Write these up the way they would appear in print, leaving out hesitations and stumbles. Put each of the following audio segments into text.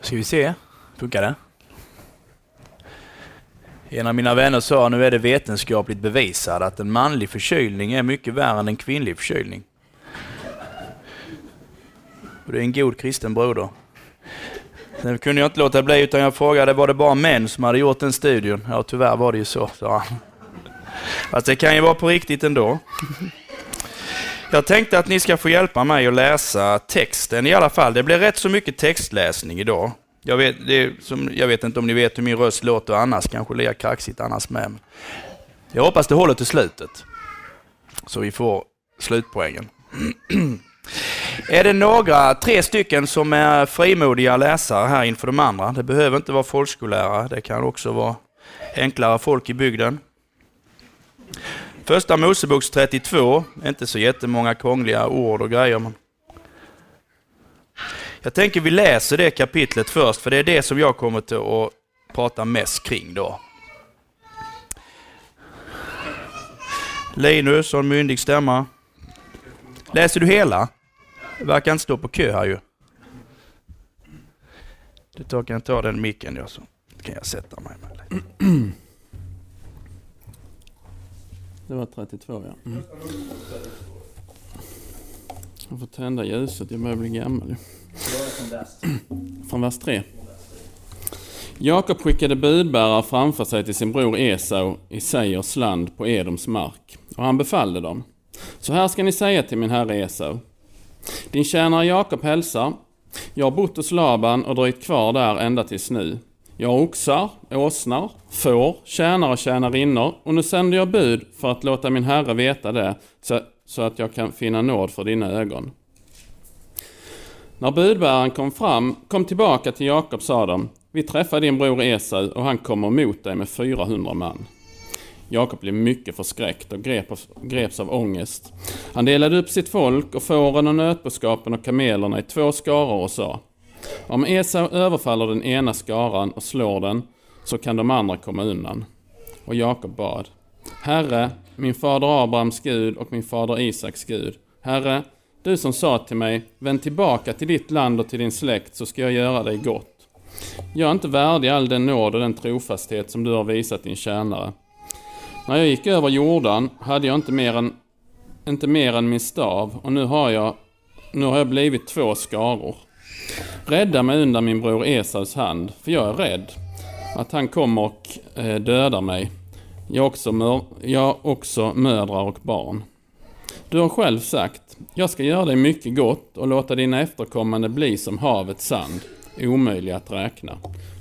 Ska vi se, funkar det? En av mina vänner sa, nu är det vetenskapligt bevisat att en manlig förkylning är mycket värre än en kvinnlig förkylning. Och det är en god kristen broder. Sen kunde jag inte låta bli utan jag frågade, var det bara män som hade gjort den studien? Ja, tyvärr var det ju så, sa han. Fast det kan ju vara på riktigt ändå. Jag tänkte att ni ska få hjälpa mig att läsa texten i alla fall. Det blir rätt så mycket textläsning idag. Jag vet inte om ni vet hur min röst låter annars. Kanske lika kraxigt annars med. Jag hoppas det håller till slutet. Så vi får slutpoängen. Är det tre stycken som är frimodiga läsare här inför de andra? Det behöver inte vara folkskollärare. Det kan också vara enklare folk i bygden. Första Moseboks 32. Inte så jättemånga krångliga ord och grejer. Men jag tänker vi läser det kapitlet först. För det är det som jag kommer till att prata mest kring då. Linus och en myndig stämma. Läser du hela? Det verkar inte stå på kö här ju. Kan jag ta den micken då så kan jag sätta mig med. Det var 32, ja. Mm. Jag får tända ljuset, jag börjar bli gammal. Från vers 3. Jakob skickade budbärare framför sig till sin bror Esau i Seirs land på Edoms mark. Och han befallde dem. Så här ska ni säga till min herre Esau. Din tjänare Jakob hälsar. Jag har bott hos Laban och dröjt kvar där ända tills nu. Jag har oxar, åsnar, får, tjänare och tjänarinnor och nu sänder jag bud för att låta min herre veta det så att jag kan finna nåd för dina ögon. När budbäraren kom tillbaka till Jakob sa de, vi träffar din bror Esau och han kommer mot dig med 400 man. Jakob blev mycket förskräckt och greps av ångest. Han delade upp sitt folk och fåren och nötboskapen och kamelerna i 2 skaror och sa, om Esau överfaller den ena skaran och slår den så kan de andra komma undan. Och Jakob bad, Herre, min fader Abrahams Gud och min fader Isaks Gud, Herre, du som sa till mig, vänd tillbaka till ditt land och till din släkt så ska jag göra dig gott. Jag är inte värdig all den nåd och den trofasthet som du har visat din tjänare. När jag gick över Jordan hade jag inte mer än min stav och nu har jag blivit 2 skaror. Rädda mig undan min bror Esaus hand, för jag är rädd att han kommer och dödar mig. Jag också mödrar och barn. Du har själv sagt, jag ska göra dig mycket gott och låta dina efterkommande bli som havets sand, omöjlig att räkna.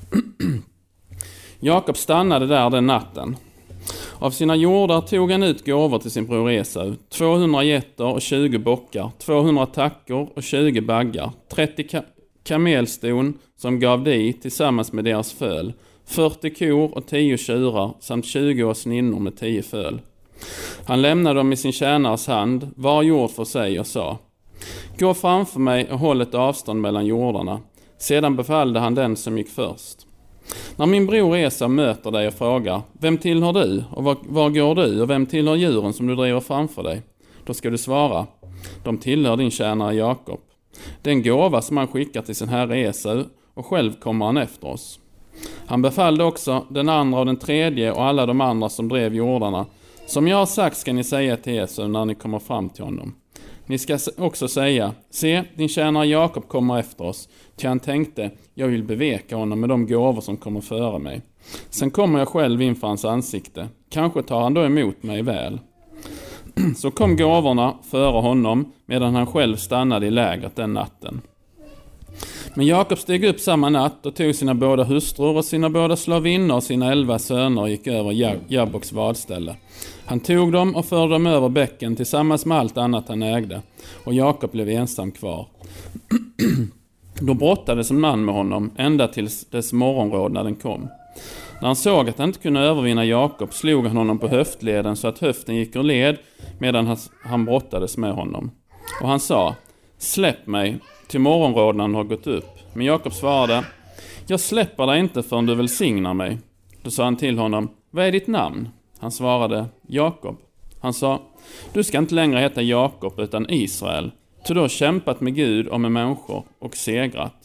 Jakob stannade där den natten. Av sina jordar tog han ut gåvor till sin bror Esau, 200 getter och 20 bockar, 200 tackor och 20 baggar, 30 kamelston som gav de tillsammans med deras föl, 40 kor och 10 tjurar samt 20 åsninnor med 10 föl. Han lämnade dem i sin tjänares hand, var jord för sig och sa, gå framför mig och håll ett avstånd mellan jordarna. Sedan befallde han den som gick först. När min bror Esau möter dig och frågar, vem tillhör du och var går du och vem tillhör djuren som du driver framför dig? Då ska du svara, de tillhör din tjänare Jakob. Den gåva som han skickar till sin herre Esau och själv kommer han efter oss. Han befallde också den andra och den tredje och alla de andra som drev jordarna. Som jag har sagt ska ni säga till Esau när ni kommer fram till honom. Ni ska också säga, se, din tjänare Jakob kommer efter oss. Till han tänkte, jag vill beveka honom med de gåvor som kommer före mig. Sen kommer jag själv inför hans ansikte. Kanske tar han då emot mig väl. Så kom gåvorna före honom medan han själv stannade i lägret den natten. Men Jakob steg upp samma natt och tog sina båda hustrur och sina båda slavinnor och sina 11 söner och gick över Jabboks vadställe. Han tog dem och förde dem över bäcken tillsammans med allt annat han ägde, och Jakob blev ensam kvar. Då brottades en man med honom ända tills dess morgonrodnaden kom. När han såg att han inte kunde övervinna Jakob slog han honom på höftleden så att höften gick ur led medan han brottades med honom. Och han sa, släpp mig, till morgonrodnaden har gått upp. Men Jakob svarade, jag släpper dig inte förrän du välsignar mig. Då sa han till honom, vad är ditt namn? Han svarade, Jakob. Han sa, du ska inte längre heta Jakob utan Israel. Ty du har kämpat med Gud och med människor och segrat.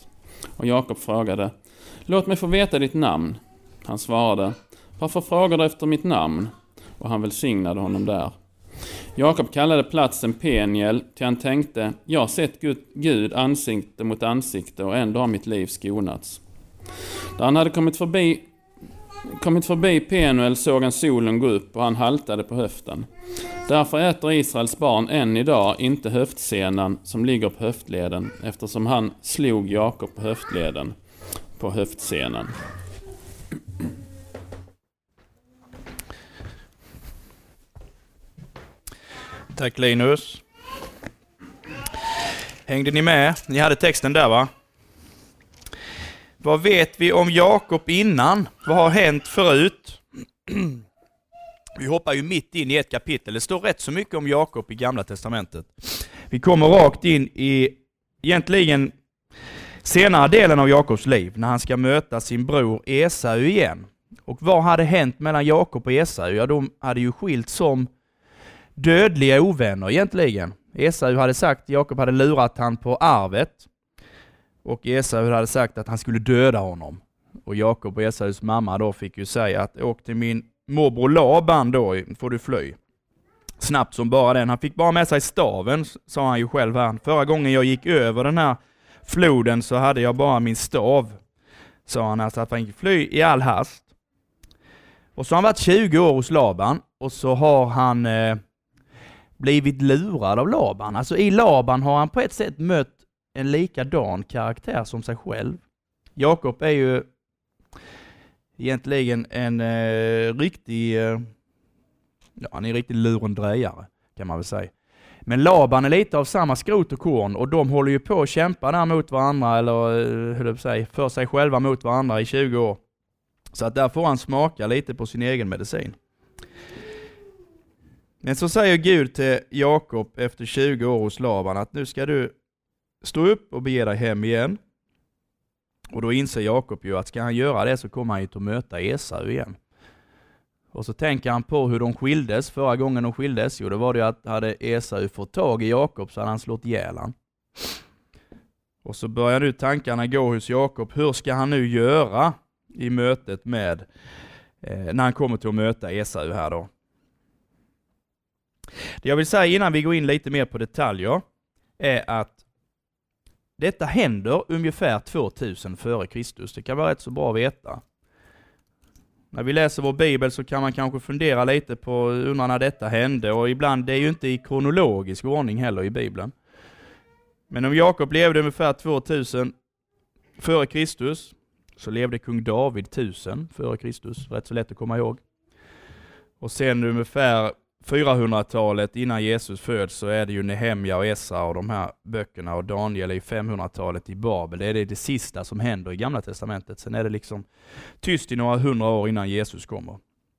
Och Jakob frågade: låt mig få veta ditt namn. Han svarade: varför frågar du efter mitt namn? Och han välsignade honom där. Jakob kallade platsen Peniel, till han tänkte: jag har sett Gud ansikte mot ansikte och ändå har mitt liv skonats. Där han hade kommit förbi Penuel såg han solen gå upp och han haltade på höften. Därför äter Israels barn än idag inte höftsenan som ligger på höftleden, eftersom han slog Jakob på höftleden på höftsenan. Tack Linus. Hängde ni med? Ni hade texten där, va? Vad vet vi om Jakob innan? Vad har hänt förut? Vi hoppar ju mitt in i ett kapitel. Det står rätt så mycket om Jakob i Gamla testamentet. Vi kommer rakt in i egentligen senare delen av Jakobs liv, när han ska möta sin bror Esau igen. Och vad hade hänt mellan Jakob och Esau? Ja, de hade ju skilt som dödliga ovänner egentligen. Esau hade sagt, Jakob hade lurat han på arvet. Och Esau hade sagt att han skulle döda honom. Och Jakob och Esaus mamma då fick ju säga att åk till min morbror Laban då, får du fly. Snabbt som bara den. Han fick bara med sig staven, sa han ju själv här. Förra gången jag gick över den här floden så hade jag bara min stav, sa han, alltså att han fick fly i all hast. Och så har han varit 20 år hos Laban och så har han blivit lurad av Laban. Alltså i Laban har han på ett sätt mött en likadan karaktär som sig själv. Jakob är ju egentligen en riktig han är en riktig lurendrejare kan man väl säga. Men Laban är lite av samma skrot och korn och de håller ju på att kämpa där mot varandra, eller hur det säger, för sig själva mot varandra i 20 år. Så att där får han smaka lite på sin egen medicin. Men så säger Gud till Jakob efter 20 år hos Laban att nu ska du stå upp och bege dig hem igen. Och då inser Jakob ju att ska han göra det så kommer han ju att möta Esau igen. Och så tänker han på hur de skildes förra gången de skildes. Jo, då var det ju att hade Esau fått tag i Jakob så hade han slått ihjäl han. Och så börjar nu tankarna gå hos Jakob. Hur ska han nu göra i mötet med när han kommer till att möta Esau här då? Det jag vill säga innan vi går in lite mer på detaljer är att detta händer ungefär 2000 före Kristus. Det kan vara rätt så bra att veta. När vi läser vår bibel så kan man kanske fundera lite på undra när detta hände. Och ibland, det är ju inte i kronologisk ordning heller i bibeln. Men om Jakob levde ungefär 2000 före Kristus så levde kung David 1000 före Kristus. Rätt så lätt att komma ihåg. Och sen ungefär 400-talet innan Jesus föds så är det ju Nehemja och Esra och de här böckerna, och Daniel är i 500-talet i Babel. Det är det sista som händer i Gamla testamentet. Sen är det liksom tyst i några 100 år innan Jesus kommer.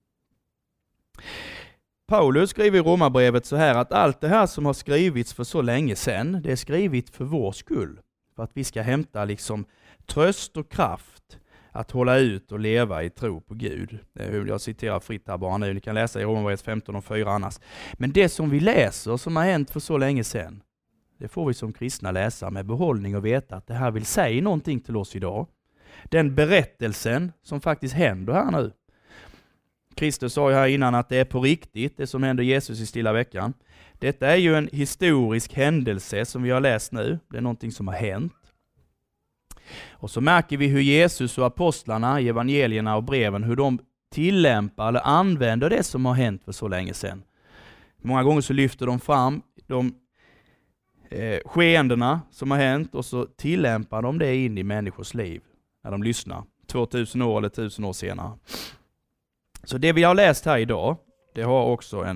Paulus skriver i Romarbrevet så här att allt det här som har skrivits för så länge sedan, det är skrivit för vår skull. För att vi ska hämta liksom tröst och kraft att hålla ut och leva i tro på Gud. Jag citerar fritt här bara nu. Ni kan läsa i Romarbrevet 15 och 4 annars. Men det som vi läser som har hänt för så länge sedan, det får vi som kristna läsa med behållning och veta att det här vill säga någonting till oss idag. Den berättelsen som faktiskt händer här nu. Kristus sa ju här innan att det är på riktigt, det som händer Jesus i stilla veckan. Detta är ju en historisk händelse som vi har läst nu. Det är någonting som har hänt. Och så märker vi hur Jesus och apostlarna i evangelierna och breven, hur de tillämpar eller använder det som har hänt för så länge sedan. Många gånger så lyfter de fram de skeendena som har hänt och så tillämpar de det in i människors liv när de lyssnar 2000 år eller 1000 år senare. Så det vi har läst här idag, det har också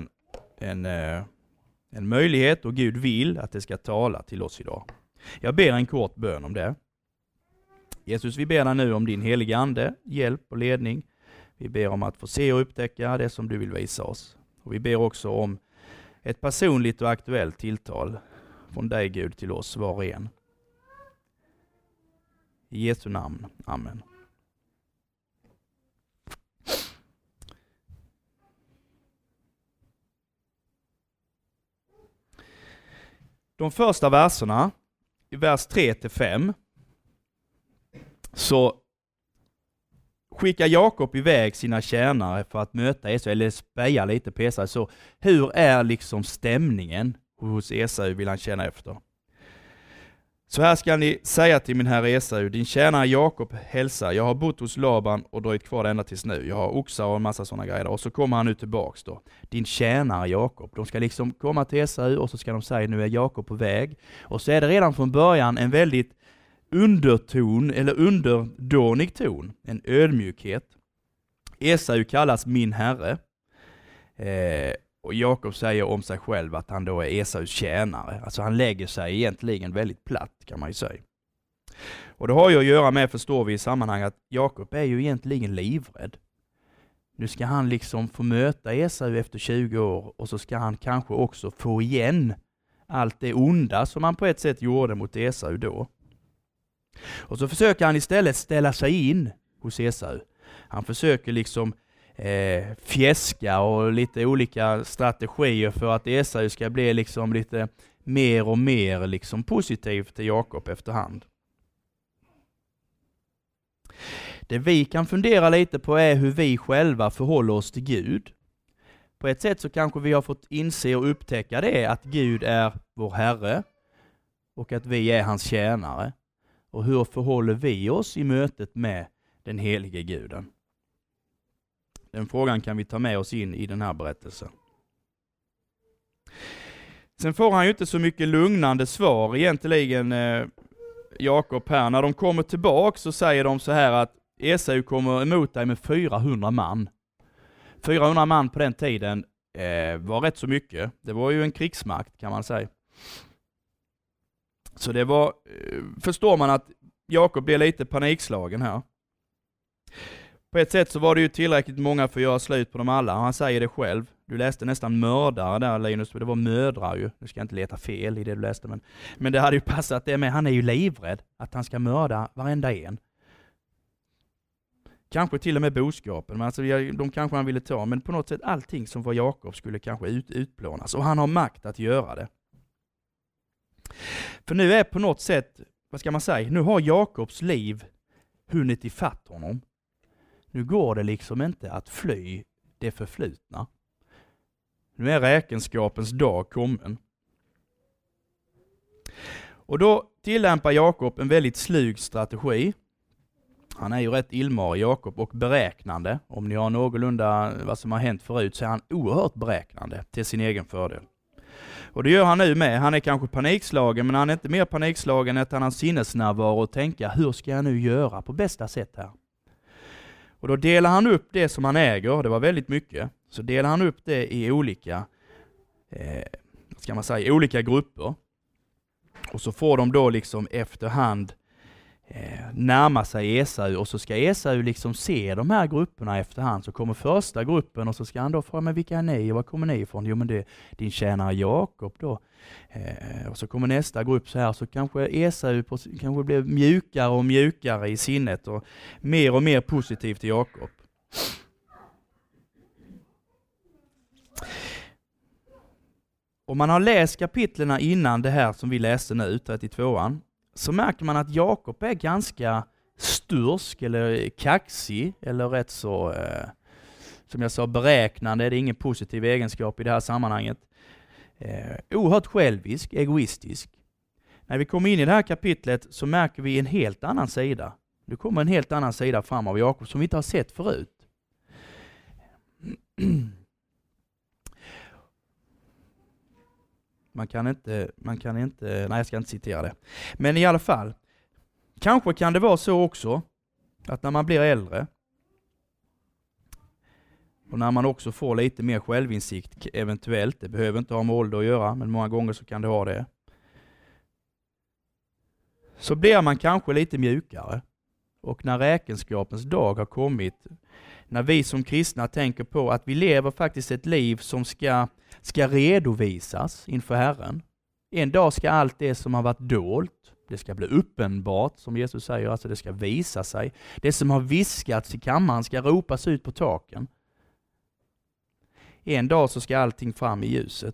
en möjlighet, och Gud vill att det ska tala till oss idag. Jag ber en kort bön om det. Jesus, vi ber dig nu om din heliga ande, hjälp och ledning. Vi ber om att få se och upptäcka det som du vill visa oss. Och vi ber också om ett personligt och aktuellt tilltal från dig, Gud, till oss var och en. I Jesu namn. Amen. De första verserna, i vers 3-5, så skickar Jakob iväg sina tjänare för att möta Esau, eller speja lite på Esau. Så hur är liksom stämningen hos Esau, vill han känna efter. Så här ska ni säga till min herre Esau: din tjänare Jakob hälsar. Jag har bott hos Laban och dröjt kvar ända tills nu. Jag har oxar och en massa sådana grejer. Och så kommer han nu tillbaks då. Din tjänare Jakob. De ska liksom komma till Esau och så ska de säga: nu är Jakob på väg. Och så är det redan från början en väldigt underton eller underdånig ton. En ödmjukhet. Esau kallas min herre. Och Jakob säger om sig själv att han då är Esaus tjänare. Alltså han lägger sig egentligen väldigt platt, kan man ju säga. Och det har ju att göra med, förstår vi i sammanhang, att Jakob är ju egentligen livrädd. Nu ska han liksom få möta Esau efter 20 år och så ska han kanske också få igen allt det onda som han på ett sätt gjorde mot Esau då. Och så försöker han istället ställa sig in hos Esau. Han försöker liksom fjäska och lite olika strategier för att Esau ska bli liksom lite mer och mer liksom positivt till Jakob efterhand. Det vi kan fundera lite på är hur vi själva förhåller oss till Gud. På ett sätt så kanske vi har fått inse och upptäcka det, att Gud är vår Herre och att vi är hans tjänare. Och hur förhåller vi oss i mötet med den helige Guden? Den frågan kan vi ta med oss in i den här berättelsen. Sen får han ju inte så mycket lugnande svar egentligen, Jakob här. När de kommer tillbaka så säger de så här att Esau kommer emot dig med 400 man. 400 man på den tiden var rätt så mycket. Det var ju en krigsmakt, kan man säga. Så det var, förstår man att Jakob blev lite panikslagen här. På ett sätt så var det ju tillräckligt många för att göra slut på dem alla. Han säger det själv. Du läste nästan mördare där, Linus. Det var mödrar ju. Du ska inte leta fel i det du läste. Men det hade ju passat det med. Han är ju livrädd att han ska mörda varenda en. Kanske till och med boskapen. Men alltså, de kanske han ville ta. Men på något sätt allting som var Jakob skulle kanske utplånas. Och han har makt att göra det. För nu är på något sätt, vad ska man säga? Nu har Jakobs liv hunnit ifatt honom. Nu går det liksom inte att fly det förflutna. Nu är räkenskapens dag kommen. Och då tillämpar Jakob en väldigt slug strategi. Han är ju rätt illmarig, Jakob, och beräknande. Om ni har någorlunda vad som har hänt förut så är han oerhört beräknande till sin egen fördel. Och det gör han nu med. Han är kanske panikslagen, men han är inte mer panikslagen än att han har sinnesnärvaro och tänka: hur ska jag nu göra på bästa sätt här? Och då delar han upp det som han äger, det var väldigt mycket, så delar han upp det i olika, ska man säga, olika grupper. Och så får de då liksom efterhand närma sig Esau, och så ska Esau liksom se de här grupperna efterhand. Så kommer första gruppen och så ska han då fråga: men vilka är ni och var kommer ni ifrån? Jo, men det är din tjänare Jakob då. Och så kommer nästa grupp så här, så kanske Esau kanske blir mjukare och mjukare i sinnet och mer positiv till Jakob. Om man har läst kapitlerna innan det här som vi läste nu, 32an, så märker man att Jakob är ganska stursk eller kaxig eller rätt så, som jag sa, beräknande. Det är ingen positiv egenskap i det här sammanhanget. Oerhört självisk, egoistisk. När vi kommer in i det här kapitlet så märker vi en helt annan sida. Det kommer en helt annan sida fram av Jakob som vi inte har sett förut. Man kan inte, nej jag ska inte citera det. Men i alla fall, kanske kan det vara så också att när man blir äldre och när man också får lite mer självinsikt eventuellt, det behöver inte ha med ålder att göra, men många gånger så kan det ha det. Så blir man kanske lite mjukare. Och när räkenskapens dag har kommit, när vi som kristna tänker på att vi lever faktiskt ett liv som ska redovisas inför Herren. En dag ska allt det som har varit dolt, det ska bli uppenbart, som Jesus säger, alltså det ska visa sig. Det som har viskats i kammaren ska ropas ut på taken. En dag så ska allting fram i ljuset.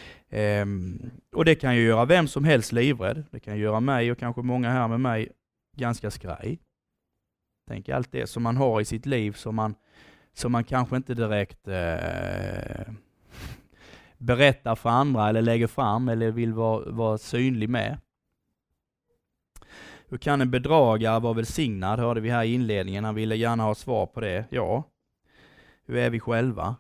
Och det kan ju göra vem som helst livrädd. Det kan göra mig och kanske många här med mig ganska skraj. Tänk allt det som man har i sitt liv som man kanske inte direkt berättar för andra eller lägger fram eller vill vara synlig med. Hur kan en bedragare vara välsignad? Hörde vi här i inledningen. Han ville gärna ha svar på det. Ja. Hur är vi själva?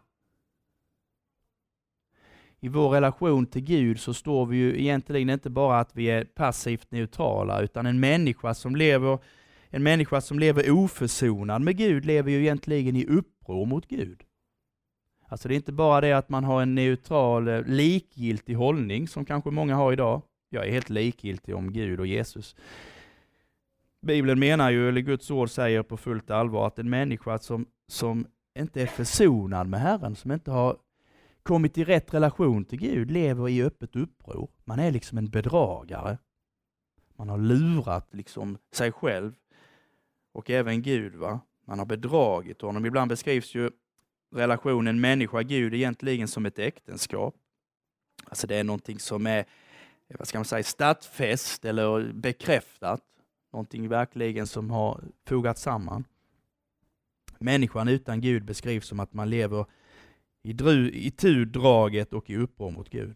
I vår relation till Gud så står vi ju egentligen inte bara att vi är passivt neutrala, utan en människa som lever oförsonad med Gud lever ju egentligen i uppror mot Gud. Alltså det är inte bara det att man har en neutral, likgiltig hållning som kanske många har idag. Jag är helt likgiltig om Gud och Jesus. Bibeln menar ju, eller Guds ord säger på fullt allvar, att en människa som inte är försonad med Herren, som inte har kommit i rätt relation till Gud, lever i öppet uppror. Man är liksom en bedragare. Man har lurat liksom sig själv och även Gud, va? Man har bedragit honom. Ibland beskrivs ju relationen människa-Gud egentligen som ett äktenskap. Alltså det är någonting som är, vad ska man säga, stadfäst eller bekräftat. Någonting verkligen som har fogats samman. Människan utan Gud beskrivs som att man lever i turdraget och i uppror mot Gud.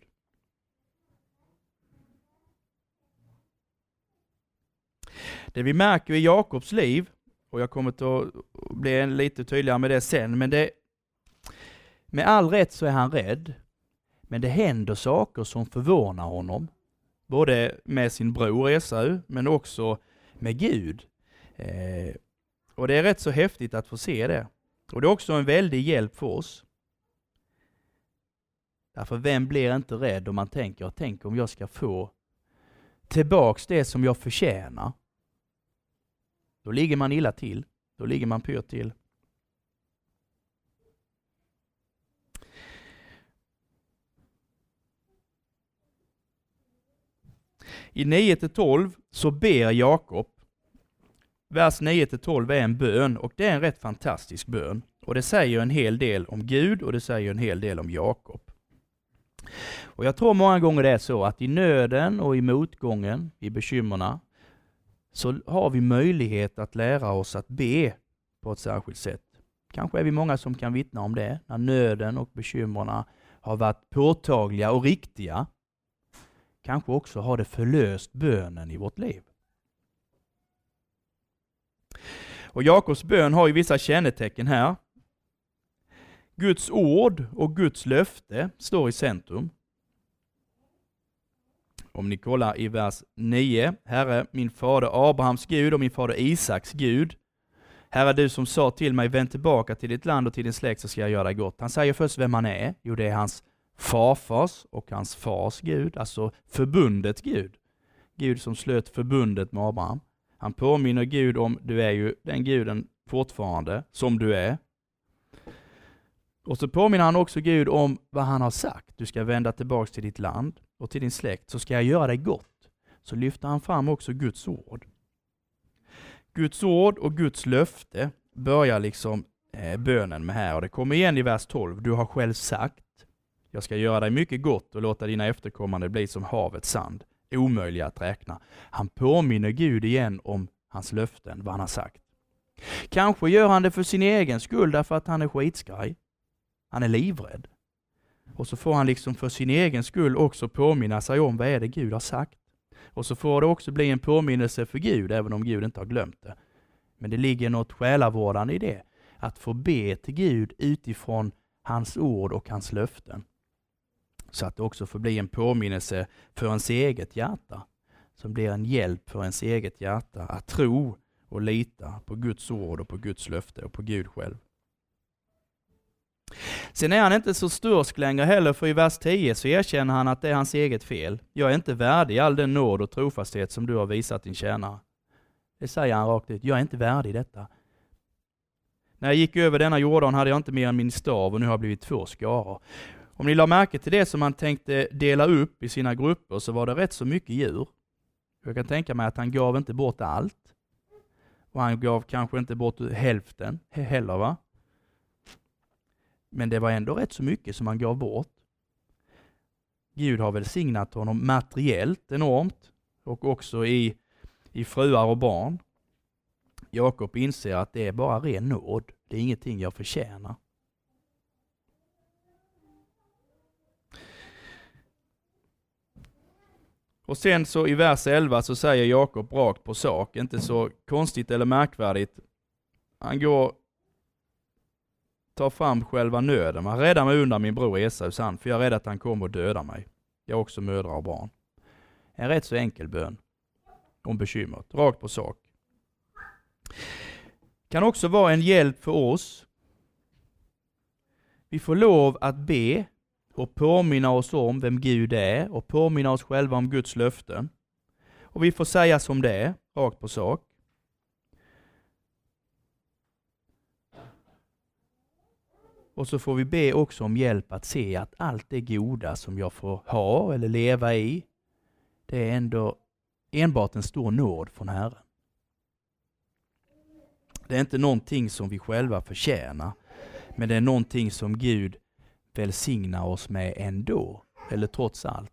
Det vi märker i Jakobs liv, och jag kommer att bli lite tydligare med det sen, men med all rätt så är han rädd. Men det händer saker som förvånar honom. Både med sin bror Esau, men också med Gud. Och det är rätt så häftigt att få se det. Och det är också en väldig hjälp för oss. Därför vem blir inte rädd om man tänker om jag ska få tillbaks det som jag förtjänar. Då ligger man illa till. Då ligger man pyrt till. I 9-12 så ber Jakob. Vers 9-12 är en bön, och det är en rätt fantastisk bön. Och det säger en hel del om Gud och det säger en hel del om Jakob. Och jag tror många gånger det är så att i nöden och i motgången, i bekymmerna, så har vi möjlighet att lära oss att be på ett särskilt sätt. Kanske är vi många som kan vittna om det, när nöden och bekymmerna har varit påtagliga och riktiga. Kanske också har det förlöst bönen i vårt liv. Och Jakobs bön har ju vissa kännetecken här. Guds ord och Guds löfte står i centrum. Om ni kollar i vers 9. Herre, min fader Abrahams Gud och min fader Isaks Gud. Herre, du som sa till mig, vänd tillbaka till ditt land och till din släkt så ska jag göra dig gott. Han säger först vem han är. Jo, det är hans farfars och hans fars Gud. Alltså förbundet Gud. Gud som slöt förbundet med Abraham. Han påminner Gud om, du är ju den guden fortfarande som du är. Och så påminner han också Gud om vad han har sagt. Du ska vända tillbaka till ditt land och till din släkt så ska jag göra dig gott. Så lyfter han fram också Guds ord. Guds ord och Guds löfte börjar liksom bönen med här. Och det kommer igen i vers 12. Du har själv sagt, jag ska göra dig mycket gott och låta dina efterkommande bli som havets sand. Omöjliga att räkna. Han påminner Gud igen om hans löften, vad han har sagt. Kanske gör han det för sin egen skull därför att han är skitskraj. Han är livrädd. Och så får han liksom för sin egen skull också påminna sig om vad är det Gud har sagt. Och så får det också bli en påminnelse för Gud även om Gud inte har glömt det. Men det ligger något själavårdande i det. Att få be till Gud utifrån hans ord och hans löften. Så att det också får bli en påminnelse för ens eget hjärta. Som blir en hjälp för ens eget hjärta att tro och lita på Guds ord och på Guds löfte och på Gud själv. Sen är han inte så stursk längre heller, för i vers 10 så erkänner han att det är hans eget fel. Jag är inte värdig all den nåd och trofasthet som du har visat din tjänare. Det säger han rakt ut. Jag är inte värdig detta. När jag gick över denna Jordan hade jag inte mer än min stav och nu har jag blivit 2 skaror. Om ni la märke till det som han tänkte dela upp i sina grupper så var det rätt så mycket djur. Jag kan tänka mig att han gav inte bort allt. Och han gav kanske inte bort hälften heller, va? Men det var ändå rätt så mycket som han gav bort. Gud har välsignat honom materiellt enormt. Och också i fruar och barn. Jakob inser att det är bara ren nåd. Det är ingenting jag förtjänar. Och sen så i vers 11 så säger Jakob rakt på sak, inte så konstigt eller märkvärdigt. Han tar fram själva nöden. Han räddar mig undan min bror Esaus hand, för jag är rädd att han kommer och döda mig. Jag är också mödrar och barn. En rätt så enkel bön om bekymret, rakt på sak. Kan också vara en hjälp för oss. Vi får lov att be och påminna oss om vem Gud är och påminna oss själva om Guds löften. Och vi får säga som det är, rakt på sak. Och så får vi be också om hjälp att se att allt det goda som jag får ha eller leva i, det är ändå enbart en stor nåd från Herren. Det är inte någonting som vi själva förtjänar, men det är någonting som Gud välsignar oss med ändå, eller trots allt.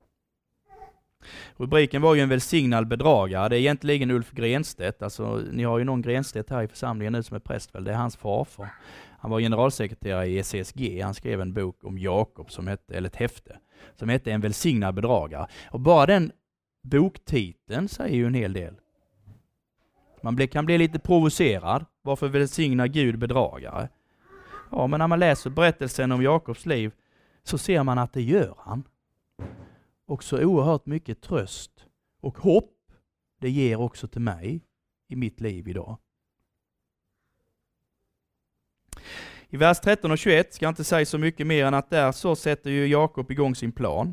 Rubriken var ju en välsignad bedragare. Det är egentligen Ulf Grenstedt. Alltså, ni har ju någon Grenstedt här i församlingen nu som är präst väl. Det är hans farfar. Han var generalsekreterare i SSG. Han skrev en bok om Jakob eller ett häfte som hette En välsignad bedragare. Och bara den boktiteln säger ju en hel del. Man kan bli lite provocerad. Varför välsignar Gud bedragare? Ja, men när man läser berättelsen om Jakobs liv så ser man att det gör han. Och så oerhört mycket tröst och hopp det ger också till mig i mitt liv idag. I vers 13 och 21 ska jag inte säga så mycket mer än att där så sätter ju Jakob igång sin plan.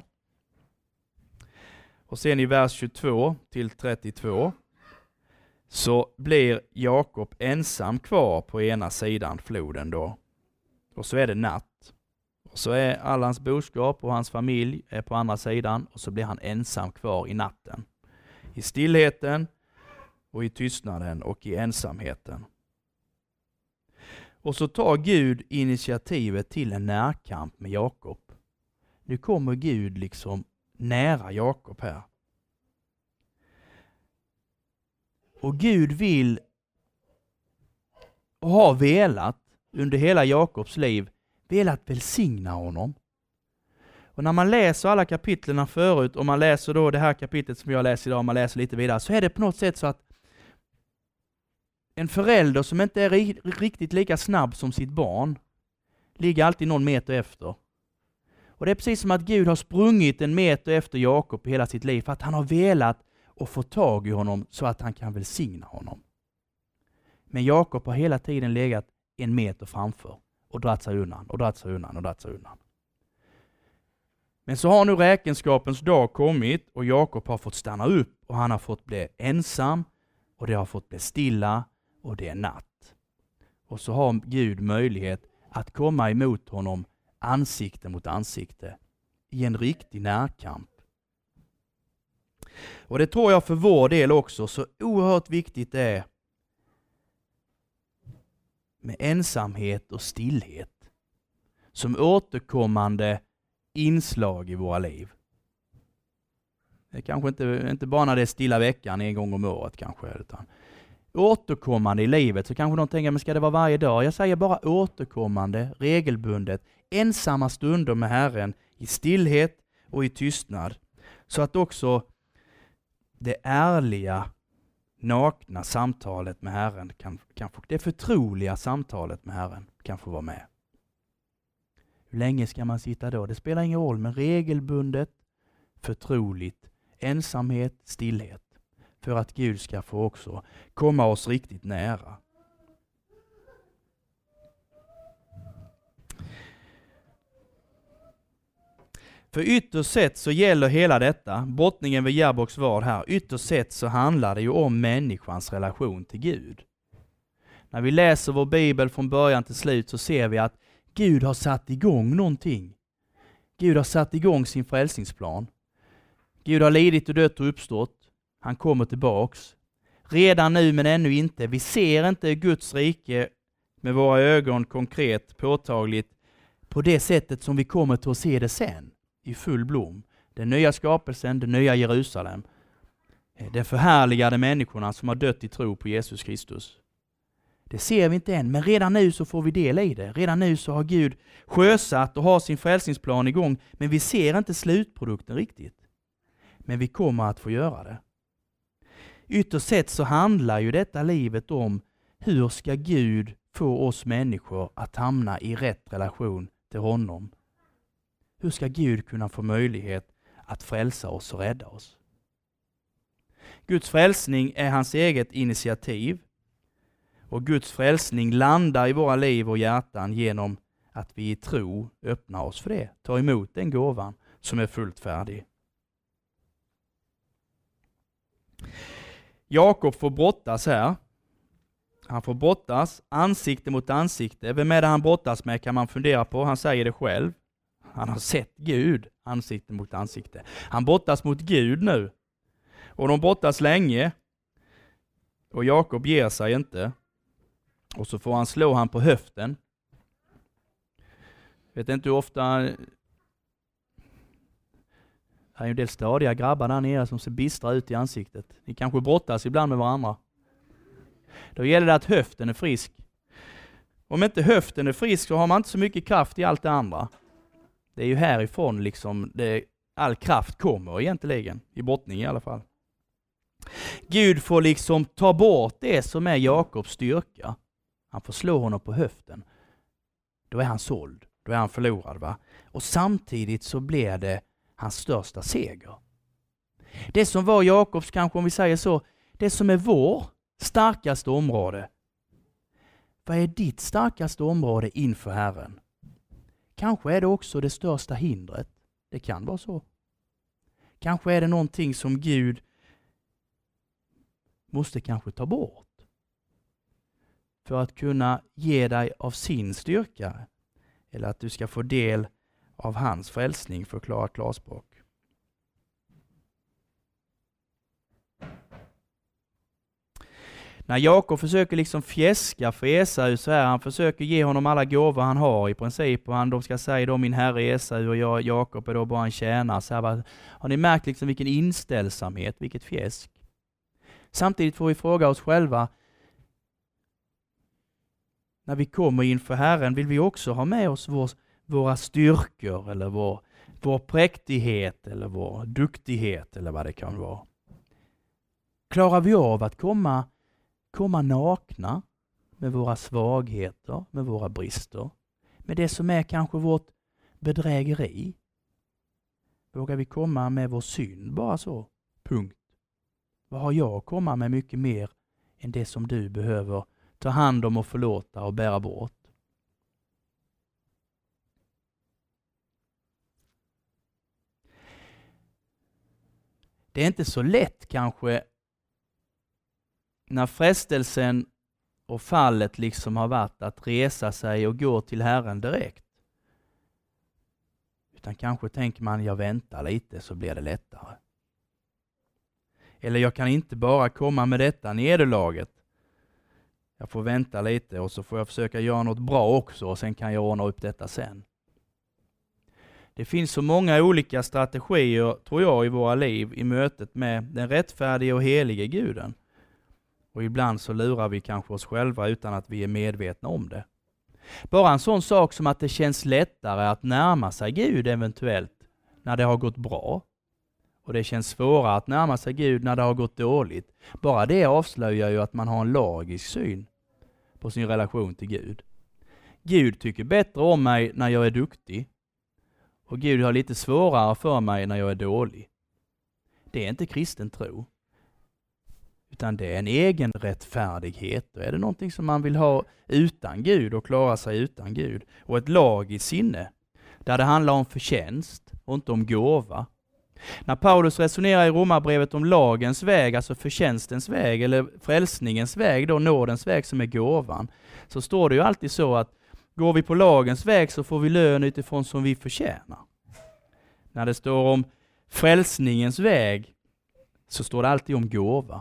Och sen i vers 22 till 32 så blir Jakob ensam kvar på ena sidan floden då. Och så är det natt. Och så är all hans boskap och hans familj är på andra sidan och så blir han ensam kvar i natten. I stillheten och i tystnaden och i ensamheten. Och så tar Gud initiativet till en närkamp med Jakob. Nu kommer Gud liksom nära Jakob här. Och Gud vill och har velat under hela Jakobs liv velat välsigna honom. Och när man läser alla kapitlerna förut och man läser då det här kapitlet som jag läser idag och man läser lite vidare så är det på något sätt så att en förälder som inte är riktigt lika snabb som sitt barn ligger alltid någon meter efter. Och det är precis som att Gud har sprungit en meter efter Jakob i hela sitt liv för att han har velat och få tag i honom så att han kan välsigna honom. Men Jakob har hela tiden legat en meter framför och dratt sig undan och dratt sig undan och dratt sig undan. Men så har nu räkenskapens dag kommit och Jakob har fått stanna upp och han har fått bli ensam och det har fått bli stilla och det är natt. Och så har Gud möjlighet att komma emot honom ansikte mot ansikte i en riktig närkamp. Och det tror jag för vår del också så oerhört viktigt det är med ensamhet och stillhet som återkommande inslag i våra liv. Det är kanske inte bara när det är stilla veckan en gång om året kanske, utan återkommande i livet. Så kanske de tänker, men ska det vara varje dag? Jag säger bara återkommande, regelbundet, ensamma stunder med Herren i stillhet och i tystnad. Så att också det ärliga, nakna samtalet med Herren kan få, det förtroliga samtalet med Herren kan få vara med. Hur länge ska man sitta då? Det spelar ingen roll, men regelbundet, förtroligt, ensamhet, stillhet. För att Gud ska få också komma oss riktigt nära. För ytterst sett så gäller hela detta, brottningen vid Jabbokks vad här, ytterst sett så handlar det ju om människans relation till Gud. När vi läser vår bibel från början till slut så ser vi att Gud har satt igång någonting. Gud har satt igång sin frälsningsplan. Gud har lidit och dött och uppstått. Han kommer tillbaks. Redan nu men ännu inte. Vi ser inte Guds rike med våra ögon konkret, påtagligt på det sättet som vi kommer till att se det sen. I full blom. Den nya skapelsen, den nya Jerusalem. de förhärligade människorna som har dött i tro på Jesus Kristus. Det ser vi inte än, men redan nu så får vi del i det. Redan nu så har Gud sjösatt och har sin frälsningsplan igång, men vi ser inte slutprodukten riktigt. Men vi kommer att få göra det. Ytterst sett så handlar ju detta livet om hur ska Gud få oss människor att hamna i rätt relation till honom. Hur ska Gud kunna få möjlighet att frälsa oss och rädda oss? Guds frälsning är hans eget initiativ. Och Guds frälsning landar i våra liv och hjärtan genom att vi i tro öppnar oss för det. Ta emot den gåvan som är fullt färdig. Jakob får brottas här. Han får brottas ansikte mot ansikte. Vem är det han brottas med kan man fundera på. Han säger det själv. Han har sett Gud ansikte mot ansikte. Han brottas mot Gud nu. Och de brottas länge. Och Jakob ger sig inte. Och så får han slå han på höften. Vet inte hur ofta... Det är ju en del stadiga grabbar där nere som ser bistra ut i ansiktet. Ni kanske brottas ibland med varandra. Då gäller det att höften är frisk. Om inte höften är frisk så har man inte så mycket kraft i allt det andra. Det är ju härifrån liksom all kraft kommer egentligen. I brottning i alla fall. Gud får liksom ta bort det som är Jakobs styrka. Han får slå honom på höften. Då är han såld. Då är han förlorad, va? Och samtidigt så blir det hans största seger. Det som var Jakobs, kanske om vi säger så, det som är vår starkaste område. Vad är ditt starkaste område inför Herren? Kanske är det också det största hindret. Det kan vara så. Kanske är det någonting som Gud måste kanske ta bort. För att kunna ge dig av sin styrka. Eller att du ska få del av hans frälsning, för att klara klarspråk. När Jakob försöker liksom fjäska för Esau så här, han försöker ge honom alla gåvor han har i princip. Och de ska säga då min herre Esau och jag, Jakob är då bara en tjänare. Så här, har ni märkt liksom vilken inställsamhet, vilket fjäsk? Samtidigt får vi fråga oss själva, när vi kommer inför Herren vill vi också ha med oss våra styrkor eller vår präktighet eller vår duktighet eller vad det kan vara. Klarar vi av att komma nakna med våra svagheter, med våra brister, med det som är kanske vårt bedrägeri? Vågar vi komma med vår synd bara så? Punkt. Vad har jag att komma med mycket mer än det som du behöver ta hand om och förlåta och bära bort? Det är inte så lätt kanske när frestelsen och fallet liksom har varit att resa sig och gå till Herren direkt. Utan kanske tänker man, jag väntar lite så blir det lättare. Eller jag kan inte bara komma med detta nederlaget. Jag får vänta lite och så får jag försöka göra något bra också och sen kan jag ordna upp detta sen. Det finns så många olika strategier, tror jag, i våra liv i mötet med den rättfärdige och helige Guden. Och ibland så lurar vi kanske oss själva utan att vi är medvetna om det. Bara en sån sak som att det känns lättare att närma sig Gud eventuellt när det har gått bra. Och det känns svårare att närma sig Gud när det har gått dåligt. Bara det avslöjar ju att man har en lagisk syn på sin relation till Gud. Gud tycker bättre om mig när jag är duktig. Och Gud har lite svårare för mig när jag är dålig. Det är inte kristen tro. Utan det är en egen rättfärdighet. Och är det någonting som man vill ha utan Gud och klara sig utan Gud. Och ett lagiskt sinne. Där det handlar om förtjänst och inte om gåva. När Paulus resonerar i Romarbrevet om lagens väg, alltså förtjänstens väg eller frälsningens väg, då nådens väg som är gåvan, så står det ju alltid så att går vi på lagens väg så får vi lön utifrån som vi förtjänar. När det står om frälsningens väg så står det alltid om gåva.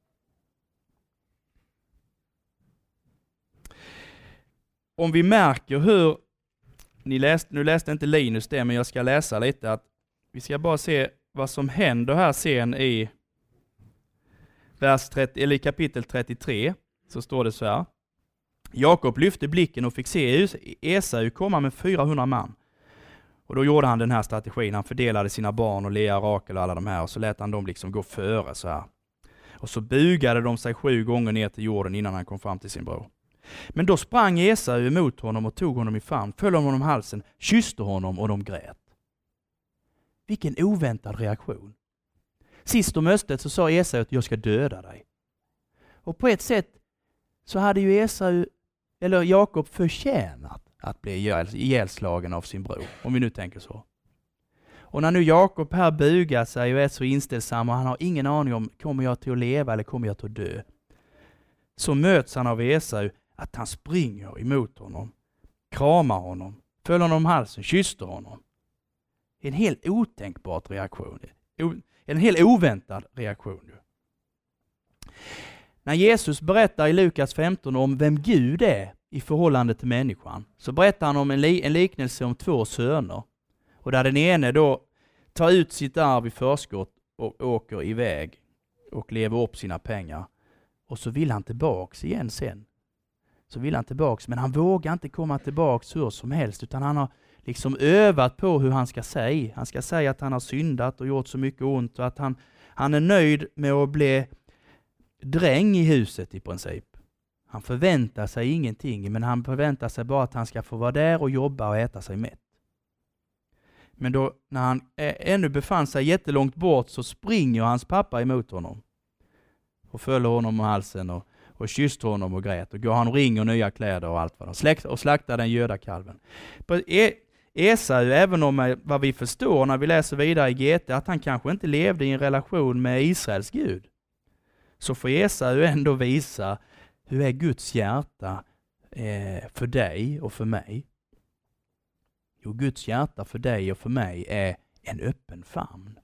Om vi märker hur, nu läste inte Linus det, men jag ska läsa lite, att vi ska bara se vad som händer här sen i i kapitel 33 så står det så här. Jakob lyfte blicken och fick se Esau komma med 400 man. Och då gjorde han den här strategin. Han fördelade sina barn och Lea, Rakel och alla de här. Och så lät han dem liksom gå före så här. Och så bugade de sig 7 gånger ner till jorden innan han kom fram till sin bror. Men då sprang Esau emot honom och tog honom i famn, föll honom om halsen, kysste honom och de grät. Vilken oväntad reaktion. Sist om östet så sa Esau att jag ska döda dig. Och på ett sätt så hade ju Jakob förtjänat att bli ihjälslagen av sin bror, om vi nu tänker så. Och när nu Jakob här bugar sig och är så inställsam och han har ingen aning om kommer jag till att leva eller kommer jag till att dö, så möts han av Esau att han springer emot honom, kramar honom, föll honom om halsen, kysste honom. En helt otänkbar reaktion. En helt oväntad reaktion. När Jesus berättar i Lukas 15 om vem Gud är i förhållande till människan, så berättar han om en liknelse om 2 söner. Och där den ene då tar ut sitt arv i förskott och åker iväg och lever upp sina pengar. Och så vill han tillbaks igen sen. Så vill han tillbaks, men han vågar inte komma tillbaks hur som helst, utan han har liksom övat på hur han ska säga. Han ska säga att han har syndat och gjort så mycket ont och att han är nöjd med att bli dräng i huset i princip. Han förväntar sig ingenting, men han förväntar sig bara att han ska få vara där och jobba och äta sig mätt. Men då när han ännu befann sig jättelångt bort så springer hans pappa emot honom och följer honom om halsen och kysste honom och grät och gav han ring och nya kläder och allt vad och slaktade den göda kalven. Esau, även om vad vi förstår när vi läser vidare i GT, att han kanske inte levde i en relation med Israels Gud, så får Esau ändå visa hur är Guds hjärta för dig och för mig. Jo, Guds hjärta för dig och för mig är en öppen famn.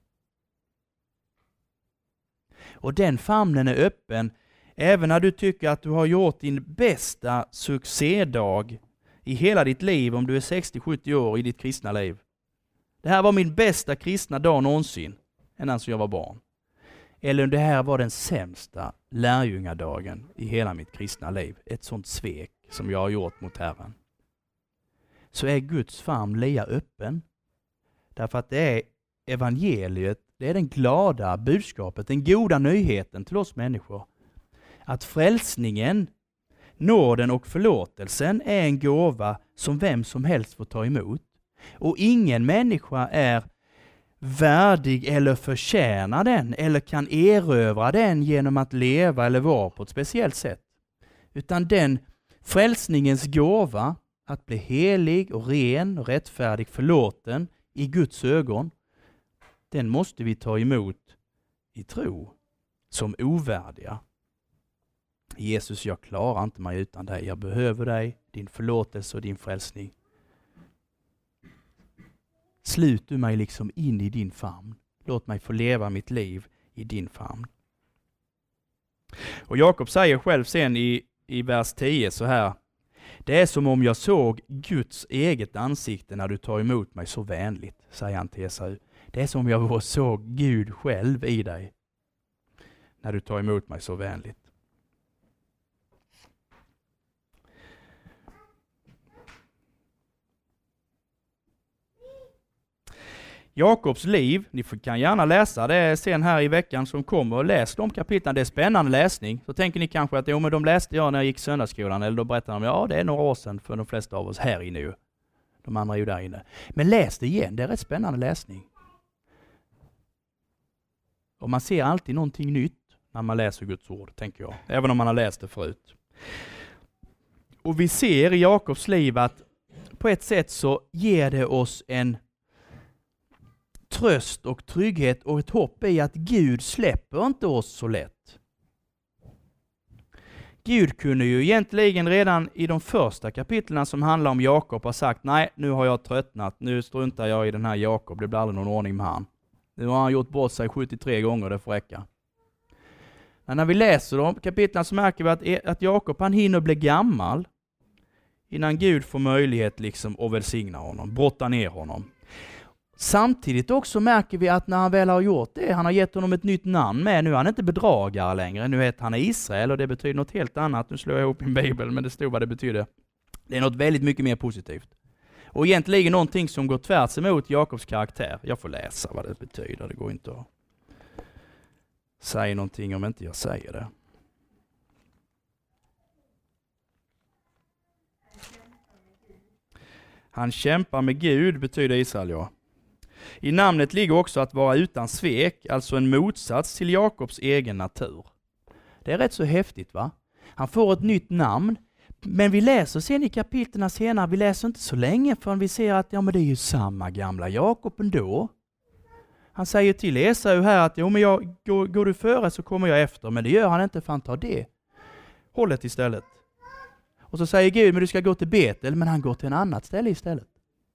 Och den famnen är öppen även när du tycker att du har gjort din bästa succédag i hela ditt liv, om du är 60-70 år i ditt kristna liv. Det här var min bästa kristna dag någonsin, ända som jag var barn. Eller det här var den sämsta lärjungadagen i hela mitt kristna liv. Ett sånt svek som jag har gjort mot Herren. Så är Guds famn lika öppen. Därför att det är evangeliet, det är den glada budskapet, den goda nyheten till oss människor. Att frälsningen, nåden och förlåtelsen är en gåva som vem som helst får ta emot. Och ingen människa är värdig eller förtjänar den eller kan erövra den genom att leva eller vara på ett speciellt sätt. Utan den frälsningens gåva, att bli helig och ren och rättfärdig, förlåten i Guds ögon, den måste vi ta emot i tro som ovärdiga. Jesus, jag klarar inte mig utan dig. Jag behöver dig, din förlåtelse och din frälsning. Slut du mig liksom in i din famn. Låt mig få leva mitt liv i din famn. Och Jakob säger själv sen i vers 10 så här: det är som om jag såg Guds eget ansikte när du tar emot mig så vänligt, säger han till Esau. Det är som om jag såg Gud själv i dig när du tar emot mig så vänligt. Jakobs liv, ni kan gärna läsa det sen här i veckan som kommer och läs de kapitlen. Det är spännande läsning. Så tänker ni kanske att men de läste jag när jag gick söndagsskolan, eller då berättar de, det är några år sedan för de flesta av oss här inne ju. De andra är ju där inne. Men läs det igen, det är rätt spännande läsning. Och man ser alltid någonting nytt när man läser Guds ord, tänker jag. Även om man har läst det förut. Och vi ser i Jakobs liv att på ett sätt så ger det oss en tröst och trygghet och ett hopp i att Gud släpper inte oss så lätt. Gud kunde ju egentligen redan i de första kapitlen som handlar om Jakob ha sagt, nej, nu har jag tröttnat, nu struntar jag i den här Jakob, det blir aldrig någon ordning med han. Nu har han gjort bort sig 73 gånger, det får räcka. Men när vi läser de kapitlen så märker vi att Jakob han hinner bli gammal innan Gud får möjlighet liksom att välsigna honom, brotta ner honom. Samtidigt också märker vi att när han väl har gjort det, han har gett honom ett nytt namn med, nu är han inte bedragare längre, nu heter han Israel och det betyder något helt annat. Nu slår jag ihop min bibel, men det stod vad det betyder. Det är något väldigt mycket mer positivt. Och egentligen någonting som går tvärs emot Jakobs karaktär. Jag får läsa vad det betyder, det går inte att säga någonting om inte jag säger det. Han kämpar med Gud betyder Israel, ja. I namnet ligger också att vara utan svek, alltså en motsats till Jakobs egen natur. Det är rätt så häftigt, va? Han får ett nytt namn, men vi läser sen i kapitlerna senare, vi läser inte så länge förrän vi ser att men det är ju samma gamla Jakob ändå. Han säger till Esau här att men går du före så kommer jag efter, men det gör han inte för han tar det hållet istället. Och så säger Gud, men du ska gå till Betel, men han går till en annat ställe istället.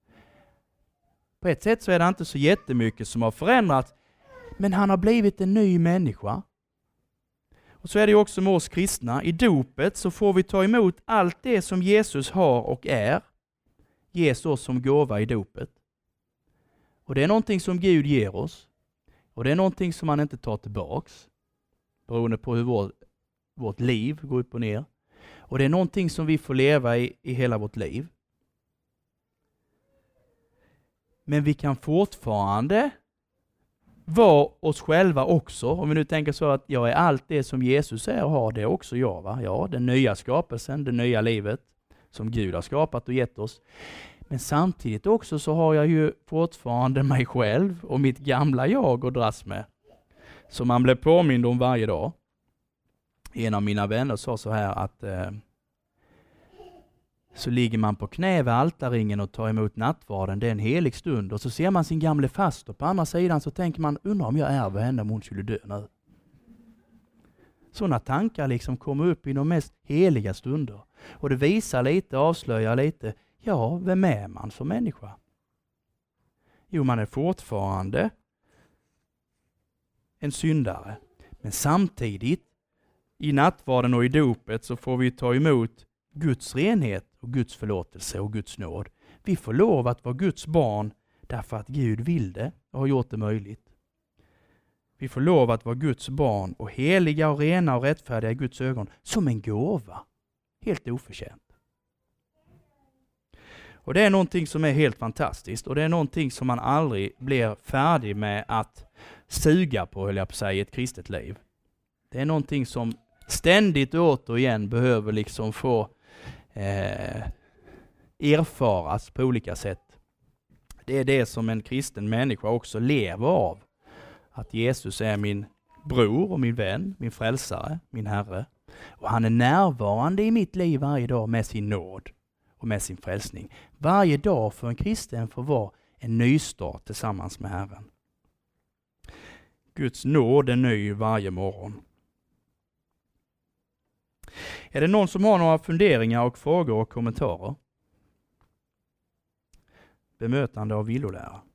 På ett sätt så är det inte så jättemycket som har förändrats, men han har blivit en ny människa. Och så är det också med oss kristna. I dopet så får vi ta emot allt det som Jesus har och är. Ges oss som gåva i dopet. Och det är någonting som Gud ger oss. Och det är någonting som han inte tar tillbaks. Beroende på hur vårt liv går upp och ner. Och det är någonting som vi får leva i hela vårt liv. Men vi kan fortfarande vara oss själva också. Om vi nu tänker så att jag är allt det som Jesus är och har, det är också jag, va? Ja, den nya skapelsen, det nya livet som Gud har skapat och gett oss. Men samtidigt också så har jag ju fortfarande mig själv och mitt gamla jag att dras med. Som man blir påmind om varje dag. En av mina vänner sa så här att så ligger man på knä vid altarringen och tar emot nattvarden, det är en helig stund. Och så ser man sin gamle faster på andra sidan så tänker man, undrar om jag ärver henne om hon skulle dö nu. Sådana tankar liksom kommer upp i de mest heliga stunder. Och det visar lite, avslöjar lite, ja, vem är man som människa? Jo, man är fortfarande en syndare. Men samtidigt, i nattvarden och i dopet så får vi ta emot Guds renhet och Guds förlåtelse och Guds nåd. Vi får lov att vara Guds barn därför att Gud vill det och har gjort det möjligt. Vi får lov att vara Guds barn och heliga och rena och rättfärdiga i Guds ögon som en gåva. Helt oförtjänt. Och det är någonting som är helt fantastiskt och det är någonting som man aldrig blir färdig med att suga på, höll jag på att säga, i ett kristet liv. Det är någonting som ständigt och återigen behöver liksom få erfaras på olika sätt. Det är det som en kristen människa också lever av. Att Jesus är min bror och min vän, min frälsare, min Herre. Och han är närvarande i mitt liv varje dag med sin nåd och med sin frälsning. Varje dag för en kristen får vara en nystart tillsammans med Herren. Guds nåd är ny varje morgon. Är det någon som har några funderingar och frågor och kommentarer? Bemötande av villolära.